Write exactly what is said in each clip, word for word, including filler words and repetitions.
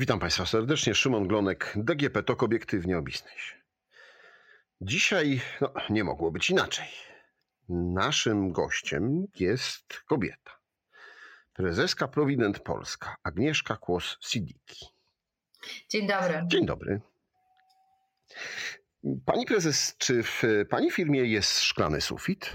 Witam Państwa serdecznie. Szymon Glonek, D G P TOK, obiektywnie o biznesie. Dzisiaj no, nie mogło być inaczej. Naszym gościem jest kobieta. Prezeska Provident Polska, Agnieszka Kłos-Sidicki. Dzień dobry. Dzień dobry. Pani prezes, czy w pani firmie jest szklany sufit?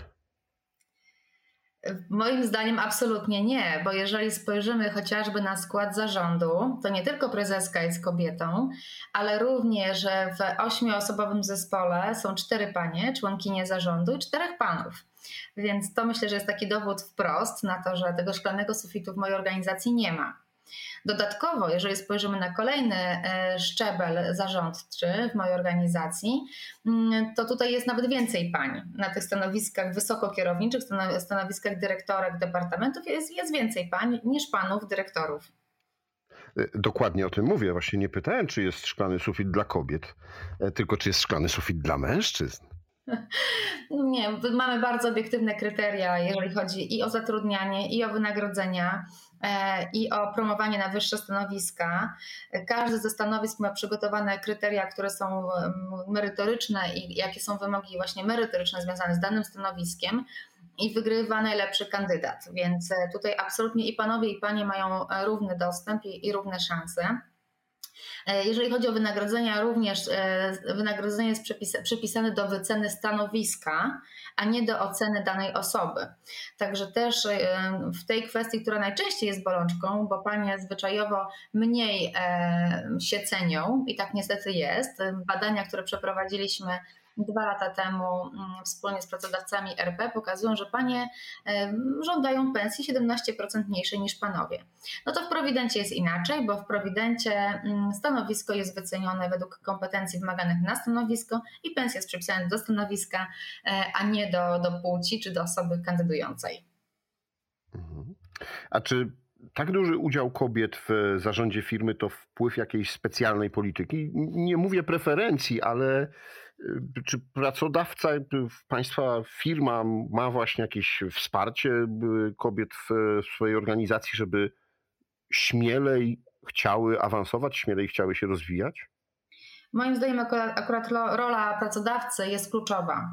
Moim zdaniem absolutnie nie, bo jeżeli spojrzymy chociażby na skład zarządu, to nie tylko prezeska jest kobietą, ale również w ośmioosobowym zespole są cztery panie, członkinie zarządu i czterech panów. Więc to myślę, że jest taki dowód wprost na to, że tego szklanego sufitu w mojej organizacji nie ma. Dodatkowo, jeżeli spojrzymy na kolejny szczebel zarządczy w mojej organizacji, to tutaj jest nawet więcej pań. Na tych stanowiskach wysokokierowniczych, stanowiskach dyrektorek departamentów jest, jest więcej pań niż panów dyrektorów. Dokładnie o tym mówię. Właśnie nie pytałem, czy jest szklany sufit dla kobiet, tylko czy jest szklany sufit dla mężczyzn. Nie, mamy bardzo obiektywne kryteria, jeżeli chodzi i o zatrudnianie, i o wynagrodzenia, i o promowanie na wyższe stanowiska. Każdy ze stanowisk ma przygotowane kryteria, które są merytoryczne i jakie są wymogi właśnie merytoryczne związane z danym stanowiskiem i wygrywa najlepszy kandydat. Więc tutaj absolutnie i panowie, i panie mają równy dostęp i, i równe szanse. Jeżeli chodzi o wynagrodzenia, również wynagrodzenie jest przypisane do wyceny stanowiska, a nie do oceny danej osoby. Także też w tej kwestii, która najczęściej jest bolączką, bo panie zwyczajowo mniej się cenią i tak niestety jest. Badania, które przeprowadziliśmy dwa lata temu wspólnie z pracodawcami R P pokazują, że panie żądają pensji siedemnaście procent mniejszej niż panowie. No to w Prowidencie jest inaczej, bo w Prowidencie stanowisko jest wycenione według kompetencji wymaganych na stanowisko i pensja jest przypisana do stanowiska, a nie do, do płci czy do osoby kandydującej. A czy tak duży udział kobiet w zarządzie firmy to wpływ jakiejś specjalnej polityki? Nie mówię preferencji, ale czy pracodawca, państwa firma ma właśnie jakieś wsparcie kobiet w swojej organizacji, żeby śmielej chciały awansować, śmielej chciały się rozwijać? Moim zdaniem akurat, akurat rola pracodawcy jest kluczowa.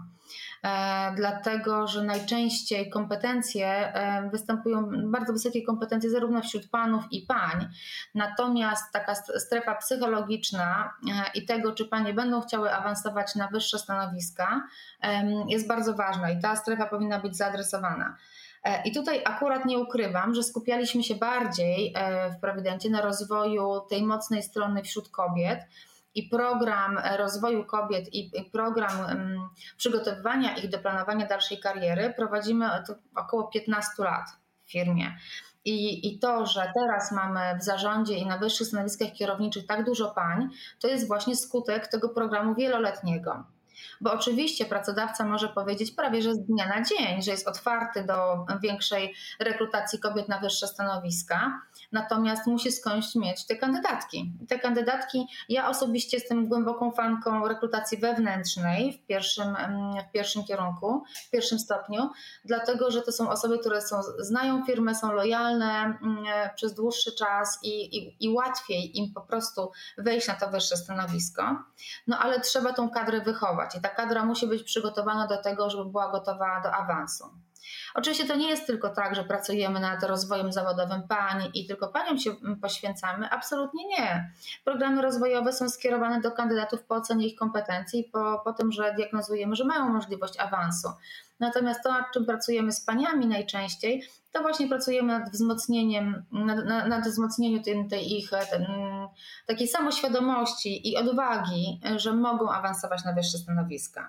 Dlatego, że najczęściej kompetencje występują, bardzo wysokie kompetencje zarówno wśród panów i pań, natomiast taka strefa psychologiczna i tego, czy panie będą chciały awansować na wyższe stanowiska, jest bardzo ważna i ta strefa powinna być zaadresowana. I tutaj akurat nie ukrywam, że skupialiśmy się bardziej w Prowidencie na rozwoju tej mocnej strony wśród kobiet, i program rozwoju kobiet i program przygotowywania ich do planowania dalszej kariery prowadzimy około piętnaście lat w firmie. I, I to, że teraz mamy w zarządzie i na wyższych stanowiskach kierowniczych tak dużo pań, to jest właśnie skutek tego programu wieloletniego. Bo oczywiście pracodawca może powiedzieć prawie, że z dnia na dzień, że jest otwarty do większej rekrutacji kobiet na wyższe stanowiska, natomiast musi skądś mieć te kandydatki. Te kandydatki, ja osobiście jestem głęboką fanką rekrutacji wewnętrznej w pierwszym, w pierwszym kierunku, w pierwszym stopniu, dlatego, że to są osoby, które są, znają firmę, są lojalne przez dłuższy czas i, i, i łatwiej im po prostu wejść na to wyższe stanowisko. No ale trzeba tą kadrę wychować i ta kadra musi być przygotowana do tego, żeby była gotowa do awansu. Oczywiście to nie jest tylko tak, że pracujemy nad rozwojem zawodowym pań i tylko paniom się poświęcamy. Absolutnie nie. Programy rozwojowe są skierowane do kandydatów po ocenie ich kompetencji, po, po tym, że diagnozujemy, że mają możliwość awansu. Natomiast to, nad czym pracujemy z paniami najczęściej, to właśnie pracujemy nad wzmocnieniem, nad, nad, nad wzmocnieniem tej, tej ich ten, takiej samoświadomości i odwagi, że mogą awansować na wyższe stanowiska.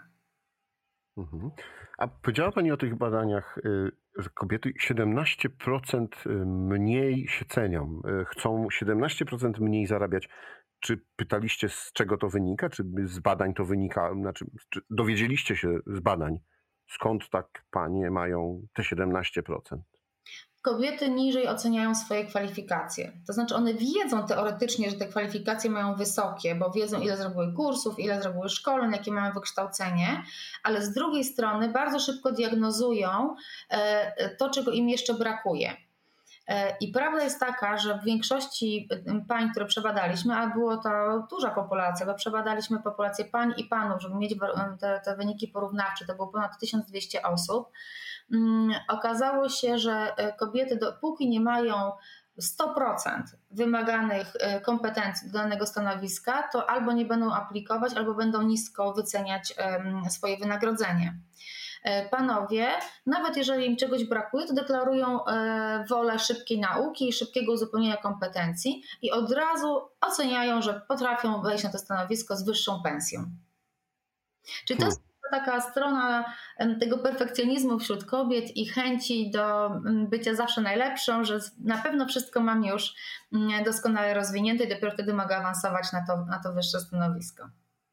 Mhm. A powiedziała pani o tych badaniach, że kobiety siedemnaście procent mniej się cenią, chcą siedemnaście procent mniej zarabiać. Czy pytaliście, z czego to wynika? Czy z badań to wynika? Znaczy, czy dowiedzieliście się z badań, skąd tak panie mają te siedemnaście procent? Kobiety niżej oceniają swoje kwalifikacje. To znaczy one wiedzą teoretycznie, że te kwalifikacje mają wysokie, bo wiedzą, ile zrobiły kursów, ile zrobiły szkoleń, jakie mają wykształcenie, ale z drugiej strony bardzo szybko diagnozują to, czego im jeszcze brakuje. I prawda jest taka, że w większości pań, które przebadaliśmy, a było to duża populacja, bo przebadaliśmy populację pań i panów, żeby mieć te, te wyniki porównawcze, to było ponad tysiąc dwieście osób, okazało się, że kobiety dopóki nie mają sto procent wymaganych kompetencji do danego stanowiska, to albo nie będą aplikować, albo będą nisko wyceniać swoje wynagrodzenie. Panowie, nawet jeżeli im czegoś brakuje, to deklarują wolę szybkiej nauki i szybkiego uzupełnienia kompetencji i od razu oceniają, że potrafią wejść na to stanowisko z wyższą pensją. Czyli to jest taka strona tego perfekcjonizmu wśród kobiet i chęci do bycia zawsze najlepszą, że na pewno wszystko mam już doskonale rozwinięte i dopiero wtedy mogę awansować na to, na to wyższe stanowisko.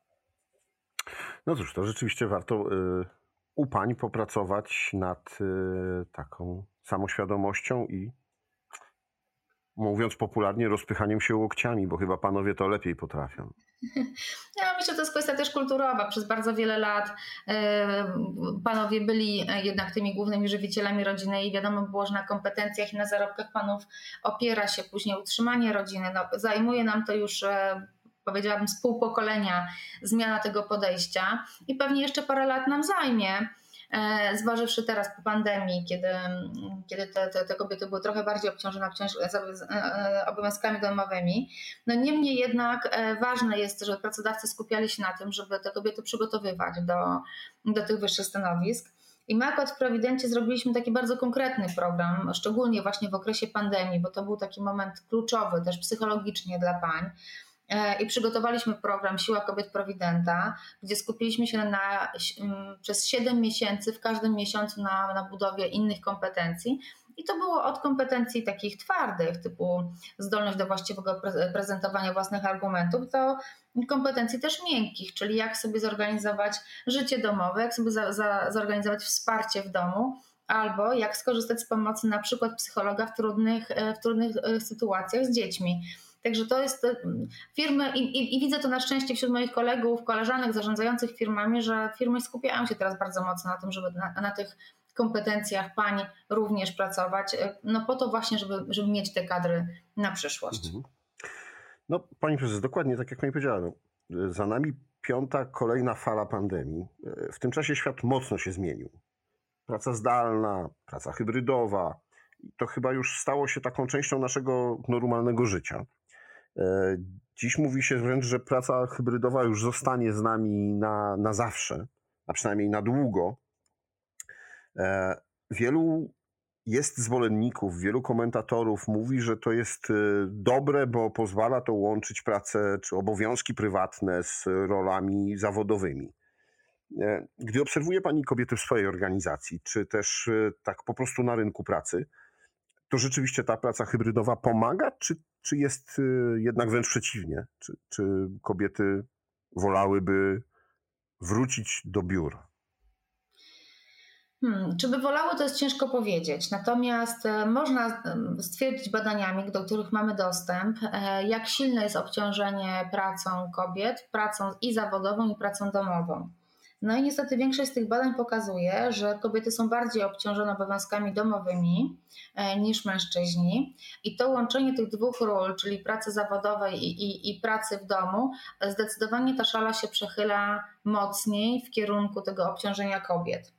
No cóż, to rzeczywiście warto u pań popracować nad taką samoświadomością i, mówiąc popularnie, rozpychaniem się łokciami, bo chyba panowie to lepiej potrafią. Ja myślę, że to jest kwestia też kulturowa. Przez bardzo wiele lat panowie byli jednak tymi głównymi żywicielami rodziny i wiadomo było, że na kompetencjach i na zarobkach panów opiera się później utrzymanie rodziny. No, zajmuje nam to już, powiedziałabym, z pół pokolenia zmiana tego podejścia i pewnie jeszcze parę lat nam zajmie. Zważywszy teraz po pandemii, kiedy, kiedy te, te, te kobiety były trochę bardziej obciążone obowiązkami domowymi. No niemniej jednak ważne jest, żeby pracodawcy skupiali się na tym, żeby te kobiety przygotowywać do, do tych wyższych stanowisk. I my akurat w Prowidencie zrobiliśmy taki bardzo konkretny program, szczególnie właśnie w okresie pandemii, bo to był taki moment kluczowy też psychologicznie dla pań. I przygotowaliśmy program Siła Kobiet Prowidenta, gdzie skupiliśmy się na, przez siedem miesięcy w każdym miesiącu na, na budowie innych kompetencji. I to było od kompetencji takich twardych, typu zdolność do właściwego prezentowania własnych argumentów, do kompetencji też miękkich, czyli jak sobie zorganizować życie domowe, jak sobie za, za, zorganizować wsparcie w domu, albo jak skorzystać z pomocy na przykład psychologa w trudnych, w trudnych sytuacjach z dziećmi. Także to jest firmy i, i, i widzę to na szczęście wśród moich kolegów, koleżanek zarządzających firmami, że firmy skupiają się teraz bardzo mocno na tym, żeby na, na tych kompetencjach pań również pracować, no po to właśnie, żeby, żeby mieć te kadry na przyszłość. Mhm. No pani prezes, dokładnie tak jak pani powiedziała, no, za nami piąta kolejna fala pandemii. W tym czasie świat mocno się zmienił. Praca zdalna, praca hybrydowa, to chyba już stało się taką częścią naszego normalnego życia. Dziś mówi się wręcz, że praca hybrydowa już zostanie z nami na, na zawsze, a przynajmniej na długo. Wielu jest zwolenników, wielu komentatorów mówi, że to jest dobre, bo pozwala to łączyć pracę czy obowiązki prywatne z rolami zawodowymi. Gdy obserwuje pani kobiety w swojej organizacji, czy też tak po prostu na rynku pracy, to rzeczywiście ta praca hybrydowa pomaga, czy, czy jest jednak wręcz przeciwnie? Czy, czy kobiety wolałyby wrócić do biur? Hmm, czy by wolały, to jest ciężko powiedzieć. Natomiast można stwierdzić badaniami, do których mamy dostęp, jak silne jest obciążenie pracą kobiet, pracą i zawodową, i pracą domową. No i niestety większość z tych badań pokazuje, że kobiety są bardziej obciążone obowiązkami domowymi niż mężczyźni i to łączenie tych dwóch ról, czyli pracy zawodowej i, i, i pracy w domu, zdecydowanie ta szala się przechyla mocniej w kierunku tego obciążenia kobiet.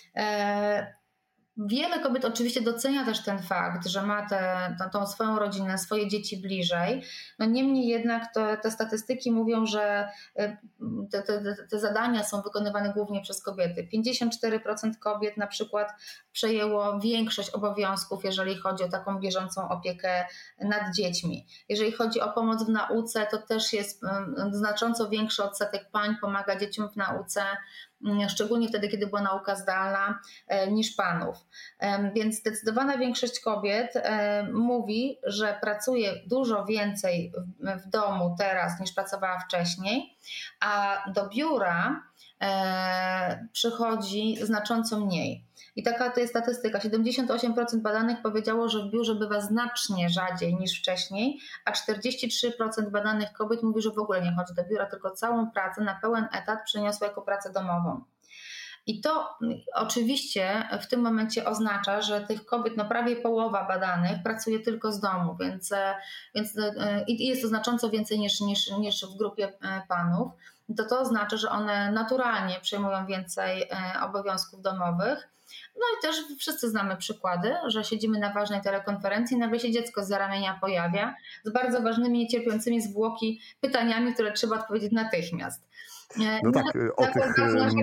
Wiele kobiet oczywiście docenia też ten fakt, że ma tę tą swoją rodzinę, swoje dzieci bliżej. No niemniej jednak to, te statystyki mówią, że te, te, te zadania są wykonywane głównie przez kobiety. pięćdziesiąt cztery procent kobiet na przykład przejęło większość obowiązków, jeżeli chodzi o taką bieżącą opiekę nad dziećmi. Jeżeli chodzi o pomoc w nauce, to też jest znacząco większy odsetek pań pomaga dzieciom w nauce, szczególnie wtedy, kiedy była nauka zdalna, niż panów. Więc zdecydowana większość kobiet mówi, że pracuje dużo więcej w domu teraz niż pracowała wcześniej, a do biura przychodzi znacząco mniej. I taka to jest statystyka. siedemdziesiąt osiem procent badanych powiedziało, że w biurze bywa znacznie rzadziej niż wcześniej, a czterdzieści trzy procent badanych kobiet mówi, że w ogóle nie chodzi do biura, tylko całą pracę na pełen etat przeniosła jako pracę domową. I to oczywiście w tym momencie oznacza, że tych kobiet, no prawie połowa badanych pracuje tylko z domu, więc, więc i jest to znacząco więcej niż, niż, niż w grupie panów. To to oznacza, że one naturalnie przejmują więcej obowiązków domowych. No i też wszyscy znamy przykłady, że siedzimy na ważnej telekonferencji, nagle się dziecko z ramienia pojawia z bardzo ważnymi, niecierpiącymi zwłoki pytaniami, które trzeba odpowiedzieć natychmiast. No tak, o tych...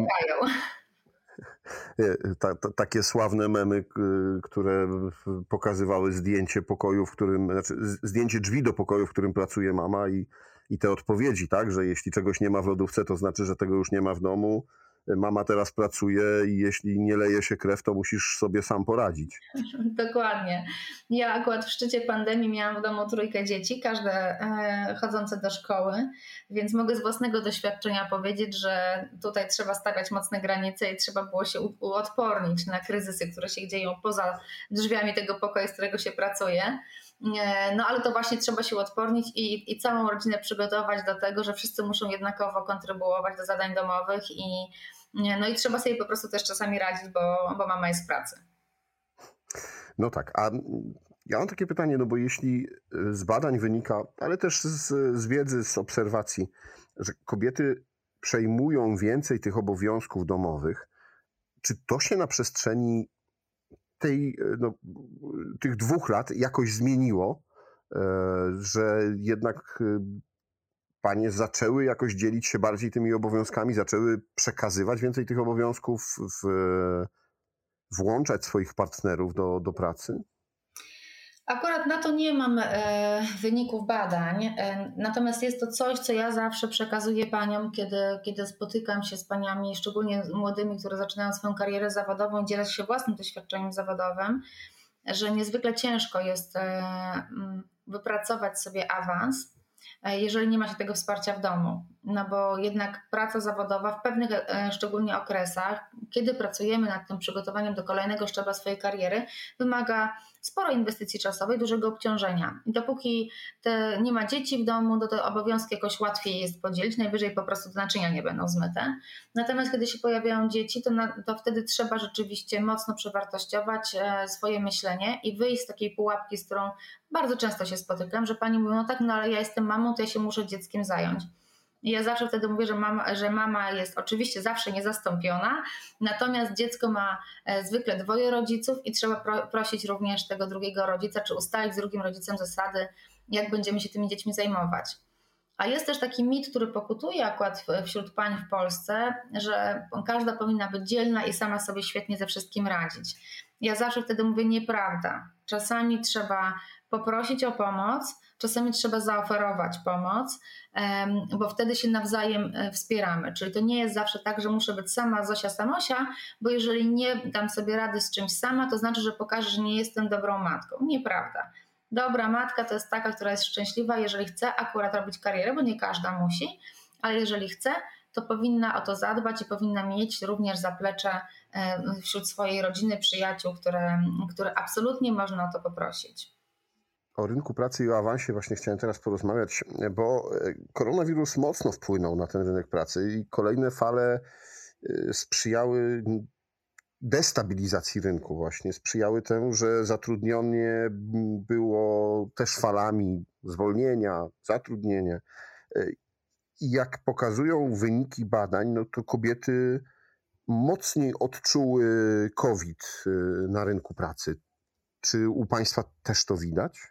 Ta, ta, takie sławne memy, które pokazywały zdjęcie pokoju, w którym, znaczy zdjęcie drzwi do pokoju, w którym pracuje mama i, i te odpowiedzi, tak, że jeśli czegoś nie ma w lodówce, to znaczy, że tego już nie ma w domu. Mama teraz pracuje i jeśli nie leje się krew, to musisz sobie sam poradzić. Dokładnie. Ja akurat w szczycie pandemii miałam w domu trójkę dzieci, każde chodzące do szkoły, więc mogę z własnego doświadczenia powiedzieć, że tutaj trzeba stawiać mocne granice i trzeba było się uodpornić na kryzysy, które się dzieją poza drzwiami tego pokoju, z którego się pracuje. No ale to właśnie trzeba się uodpornić i, i całą rodzinę przygotować do tego, że wszyscy muszą jednakowo kontrybuować do zadań domowych i no i trzeba sobie po prostu też czasami radzić, bo, bo mama jest w pracy. No tak, a ja mam takie pytanie, no bo jeśli z badań wynika, ale też z, z wiedzy, z obserwacji, że kobiety przejmują więcej tych obowiązków domowych, czy to się na przestrzeni tej, no, tych dwóch lat jakoś zmieniło, że jednak panie zaczęły jakoś dzielić się bardziej tymi obowiązkami, zaczęły przekazywać więcej tych obowiązków, w, włączać swoich partnerów do, do pracy? Akurat na to nie mam e, wyników badań, e, natomiast jest to coś, co ja zawsze przekazuję paniom, kiedy, kiedy spotykam się z paniami, szczególnie młodymi, które zaczynają swoją karierę zawodową, dzielę się własnym doświadczeniem zawodowym, że niezwykle ciężko jest e, wypracować sobie awans, jeżeli nie ma się tego wsparcia w domu. No bo jednak praca zawodowa w pewnych szczególnie okresach, kiedy pracujemy nad tym przygotowaniem do kolejnego szczebla swojej kariery, wymaga sporo inwestycji czasowej, dużego obciążenia. I dopóki te, nie ma dzieci w domu, to te obowiązki jakoś łatwiej jest podzielić, najwyżej po prostu te naczynia nie będą zmyte. Natomiast kiedy się pojawiają dzieci, to, na, to wtedy trzeba rzeczywiście mocno przewartościować swoje myślenie i wyjść z takiej pułapki, z którą bardzo często się spotykam, że pani mówi, no tak, no ale ja jestem mamą, to ja się muszę dzieckiem zająć. I ja zawsze wtedy mówię, że mama, że mama jest oczywiście zawsze niezastąpiona, natomiast dziecko ma zwykle dwoje rodziców i trzeba pro, prosić również tego drugiego rodzica, czy ustalić z drugim rodzicem zasady, jak będziemy się tymi dziećmi zajmować. A jest też taki mit, który pokutuje akurat wśród pań w Polsce, że każda powinna być dzielna i sama sobie świetnie ze wszystkim radzić. Ja zawsze wtedy mówię, nieprawda. Czasami trzeba poprosić o pomoc, czasami trzeba zaoferować pomoc, bo wtedy się nawzajem wspieramy. Czyli to nie jest zawsze tak, że muszę być sama Zosia Samosia, bo jeżeli nie dam sobie rady z czymś sama, to znaczy, że pokażę, że nie jestem dobrą matką. Nieprawda. Dobra matka to jest taka, która jest szczęśliwa, jeżeli chce akurat robić karierę, bo nie każda musi, ale jeżeli chce, to powinna o to zadbać i powinna mieć również zaplecze wśród swojej rodziny, przyjaciół, które, które absolutnie można o to poprosić. O rynku pracy i o awansie właśnie chciałem teraz porozmawiać, bo koronawirus mocno wpłynął na ten rynek pracy i kolejne fale sprzyjały destabilizacji rynku właśnie, sprzyjały temu, że zatrudnienie było też falami zwolnienia, zatrudnienia. I jak pokazują wyniki badań, no to kobiety mocniej odczuły COVID na rynku pracy. Czy u państwa też to widać?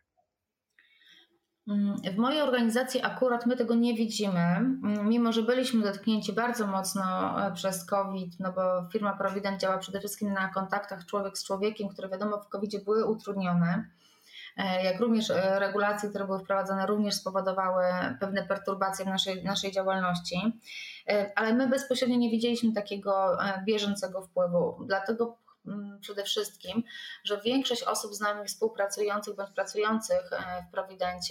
W mojej organizacji akurat my tego nie widzimy, mimo że byliśmy dotknięci bardzo mocno przez COVID, no bo firma Provident działa przede wszystkim na kontaktach człowiek z człowiekiem, które wiadomo w kowidzie były utrudnione, jak również regulacje, które były wprowadzone, również spowodowały pewne perturbacje w naszej, naszej działalności, ale my bezpośrednio nie widzieliśmy takiego bieżącego wpływu, dlatego przede wszystkim, że większość osób z nami współpracujących bądź pracujących w Providencie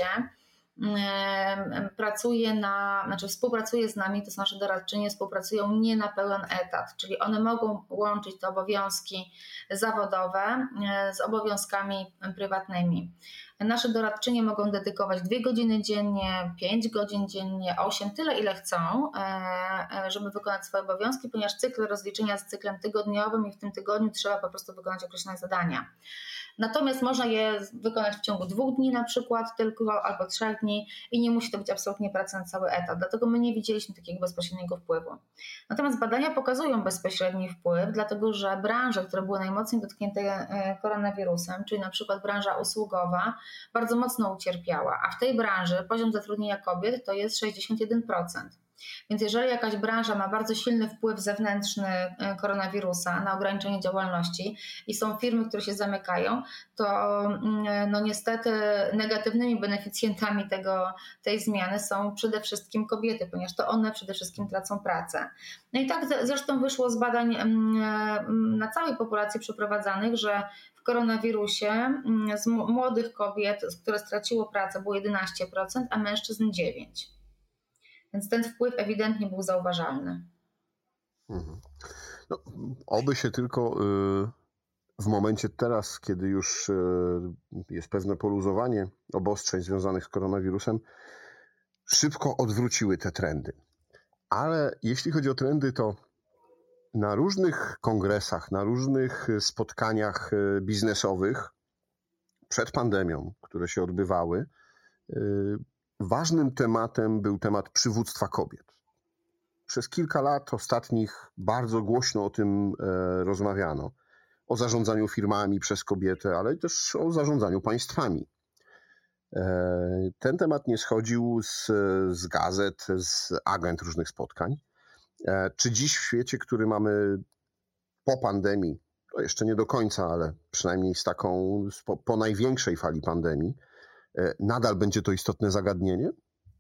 pracuje na, znaczy współpracuje z nami, to są nasze doradczynie, współpracują nie na pełen etat, czyli one mogą łączyć te obowiązki zawodowe z obowiązkami prywatnymi. nasze doradczynie mogą dedykować dwie godziny dziennie, pięć godzin dziennie, osiem, tyle ile chcą, żeby wykonać swoje obowiązki, ponieważ cykl rozliczenia jest cyklem tygodniowym i w tym tygodniu trzeba po prostu wykonać określone zadania. Natomiast można je wykonać w ciągu dwóch dni na przykład tylko, albo trzech dni i nie musi to być absolutnie praca na cały etat. Dlatego my nie widzieliśmy takiego bezpośredniego wpływu. Natomiast badania pokazują bezpośredni wpływ, dlatego że branże, które były najmocniej dotknięte koronawirusem, czyli na przykład branża usługowa, bardzo mocno ucierpiała, a w tej branży poziom zatrudnienia kobiet to jest sześćdziesiąt jeden procent. Więc jeżeli jakaś branża ma bardzo silny wpływ zewnętrzny koronawirusa na ograniczenie działalności i są firmy, które się zamykają, to no niestety negatywnymi beneficjentami tego, tej zmiany są przede wszystkim kobiety, ponieważ to one przede wszystkim tracą pracę. No i tak zresztą wyszło z badań na całej populacji przeprowadzanych, że w koronawirusie z młodych kobiet, które straciło pracę, było jedenaście procent, a mężczyzn dziewięć procent. Więc ten wpływ ewidentnie był zauważalny. Mhm. No, oby się tylko w momencie teraz, kiedy już jest pewne poluzowanie obostrzeń związanych z koronawirusem, szybko odwróciły te trendy. Ale jeśli chodzi o trendy, to na różnych kongresach, na różnych spotkaniach biznesowych przed pandemią, które się odbywały, ważnym tematem był temat przywództwa kobiet. Przez kilka lat ostatnich bardzo głośno o tym rozmawiano. O zarządzaniu firmami przez kobietę, ale też o zarządzaniu państwami. Ten temat nie schodził z, z gazet, z agend różnych spotkań. Czy dziś w świecie, który mamy po pandemii, to jeszcze nie do końca, ale przynajmniej z taką, po, po największej fali pandemii, nadal będzie to istotne zagadnienie?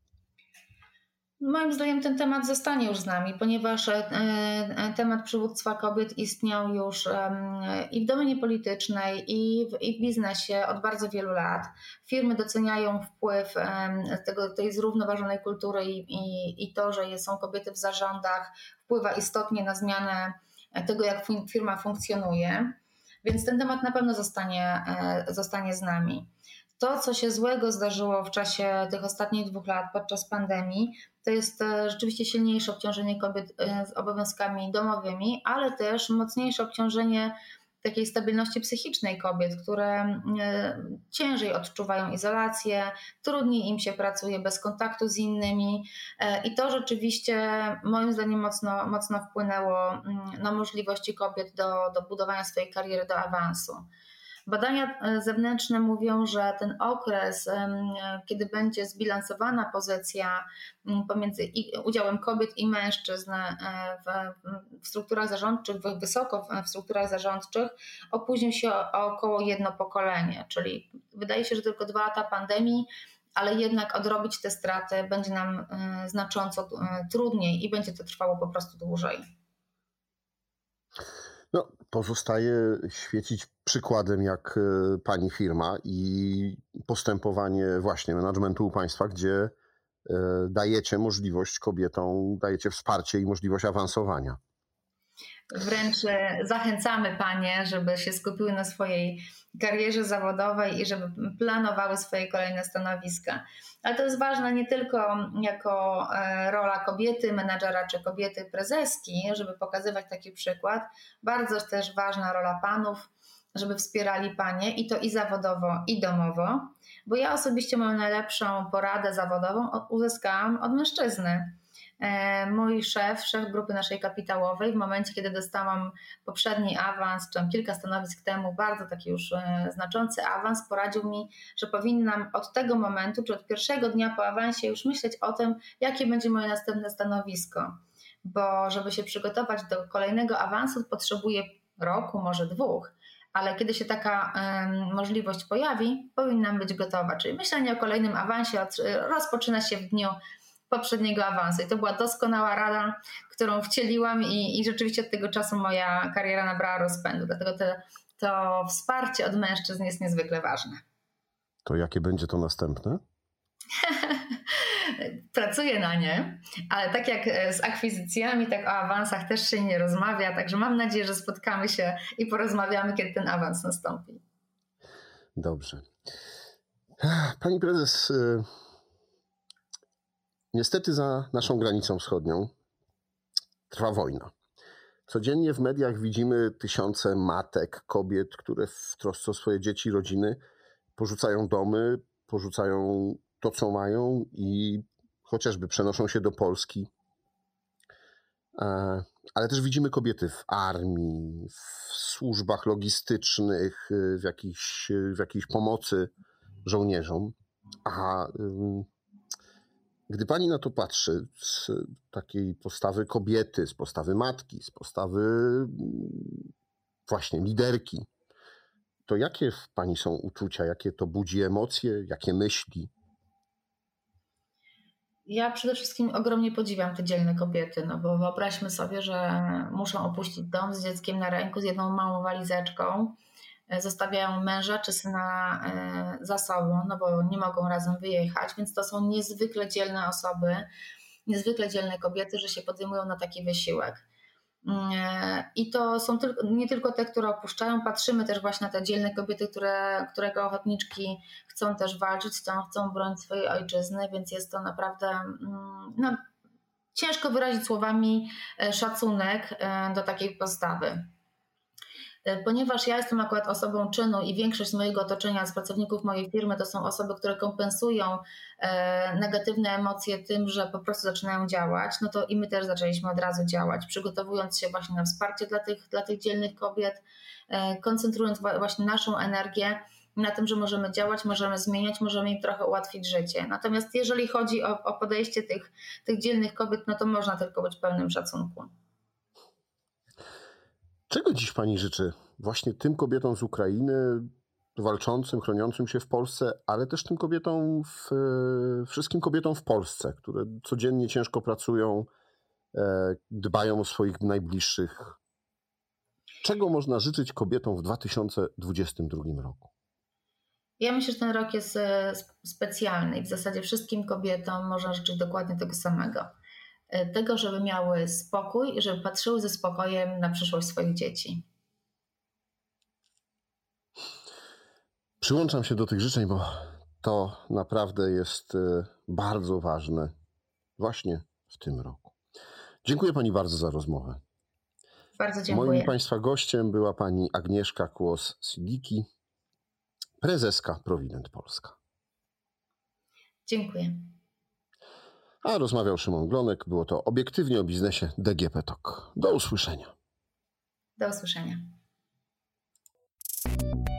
Moim zdaniem ten temat zostanie już z nami, ponieważ temat przywództwa kobiet istniał już i w domenie politycznej, i w, i w biznesie od bardzo wielu lat. Firmy doceniają wpływ tego, tej zrównoważonej kultury i, i, i to, że są kobiety w zarządach, wpływa istotnie na zmianę tego, jak firma funkcjonuje. Więc ten temat na pewno zostanie, zostanie z nami. To, co się złego zdarzyło w czasie tych ostatnich dwóch lat podczas pandemii, to jest rzeczywiście silniejsze obciążenie kobiet z obowiązkami domowymi, ale też mocniejsze obciążenie takiej stabilności psychicznej kobiet, które ciężej odczuwają izolację, trudniej im się pracuje bez kontaktu z innymi i to rzeczywiście moim zdaniem mocno, mocno wpłynęło na możliwości kobiet do, do budowania swojej kariery, do awansu. Badania zewnętrzne mówią, że ten okres, kiedy będzie zbilansowana pozycja pomiędzy udziałem kobiet i mężczyzn w strukturach zarządczych, wysoko w strukturach zarządczych, opóźnił się o około jedno pokolenie, czyli wydaje się, że tylko dwa lata pandemii, ale jednak odrobić te straty będzie nam znacząco trudniej i będzie to trwało po prostu dłużej. No, pozostaje świecić przykładem jak pani firma i postępowanie właśnie managementu państwa, gdzie dajecie możliwość kobietom, dajecie wsparcie i możliwość awansowania. Wręcz zachęcamy panie, żeby się skupiły na swojej karierze zawodowej i żeby planowały swoje kolejne stanowiska. Ale to jest ważne nie tylko jako rola kobiety, menadżera czy kobiety prezeski, żeby pokazywać taki przykład. Bardzo też ważna rola panów, żeby wspierali panie i to i zawodowo, i domowo. Bo ja osobiście moją najlepszą poradę zawodową uzyskałam od mężczyzny. Mój szef, szef grupy naszej kapitałowej, w momencie, kiedy dostałam poprzedni awans, czy kilka stanowisk temu, bardzo taki już znaczący awans, poradził mi, że powinnam od tego momentu, czy od pierwszego dnia po awansie już myśleć o tym, jakie będzie moje następne stanowisko. Bo żeby się przygotować do kolejnego awansu, potrzebuję roku, może dwóch. Ale kiedy się taka y, możliwość pojawi, powinnam być gotowa. Czyli myślenie o kolejnym awansie od, rozpoczyna się w dniu poprzedniego awansu. I to była doskonała rada, którą wcieliłam i, i rzeczywiście od tego czasu moja kariera nabrała rozpędu. Dlatego te, to wsparcie od mężczyzn jest niezwykle ważne. To jakie będzie to następne? Pracuję na nie, ale tak jak z akwizycjami, tak o awansach też się nie rozmawia, także mam nadzieję, że spotkamy się i porozmawiamy, kiedy ten awans nastąpi. Dobrze. Pani prezes, niestety za naszą granicą wschodnią trwa wojna. Codziennie w mediach widzimy tysiące matek, kobiet, które w trosce o swoje dzieci, rodziny porzucają domy, porzucają to, co mają i chociażby przenoszą się do Polski. Ale też widzimy kobiety w armii, w służbach logistycznych, w jakiejś, w jakiejś pomocy żołnierzom. A gdy pani na to patrzy z takiej postawy kobiety, z postawy matki, z postawy właśnie liderki, to jakie w pani są uczucia, jakie to budzi emocje, jakie myśli? Ja przede wszystkim ogromnie podziwiam te dzielne kobiety, no bo wyobraźmy sobie, że muszą opuścić dom z dzieckiem na ręku, z jedną małą walizeczką, zostawiają męża czy syna za sobą, no bo nie mogą razem wyjechać, więc to są niezwykle dzielne osoby, niezwykle dzielne kobiety, że się podejmują na taki wysiłek. I to są nie tylko te, które opuszczają, patrzymy też właśnie na te dzielne kobiety, które, którego ochotniczki chcą też walczyć, chcą, chcą bronić swojej ojczyzny, więc jest to naprawdę no, ciężko wyrazić słowami szacunek do takiej postawy. Ponieważ ja jestem akurat osobą czynu i większość z mojego otoczenia, z pracowników mojej firmy to są osoby, które kompensują negatywne emocje tym, że po prostu zaczynają działać, no to i my też zaczęliśmy od razu działać, przygotowując się właśnie na wsparcie dla tych, dla tych dzielnych kobiet, koncentrując właśnie naszą energię na tym, że możemy działać, możemy zmieniać, możemy im trochę ułatwić życie. Natomiast jeżeli chodzi o, o podejście tych, tych dzielnych kobiet, no to można tylko być pełnym szacunku. Czego dziś pani życzy właśnie tym kobietom z Ukrainy, walczącym, chroniącym się w Polsce, ale też tym kobietom, w, wszystkim kobietom w Polsce, które codziennie ciężko pracują, dbają o swoich najbliższych. Czego można życzyć kobietom w dwa tysiące dwudziestym drugim roku? Ja myślę, że ten rok jest specjalny i w zasadzie wszystkim kobietom można życzyć dokładnie tego samego. Tego, żeby miały spokój i żeby patrzyły ze spokojem na przyszłość swoich dzieci. Przyłączam się do tych życzeń, bo to naprawdę jest bardzo ważne właśnie w tym roku. Dziękuję pani bardzo za rozmowę. Bardzo dziękuję. Moim państwa gościem była pani Agnieszka Kłos-Sidicki, prezeska Provident Polska. Dziękuję. A rozmawiał Szymon Glonek. Było to Obiektywnie o biznesie D G P Talk. Do usłyszenia. Do usłyszenia.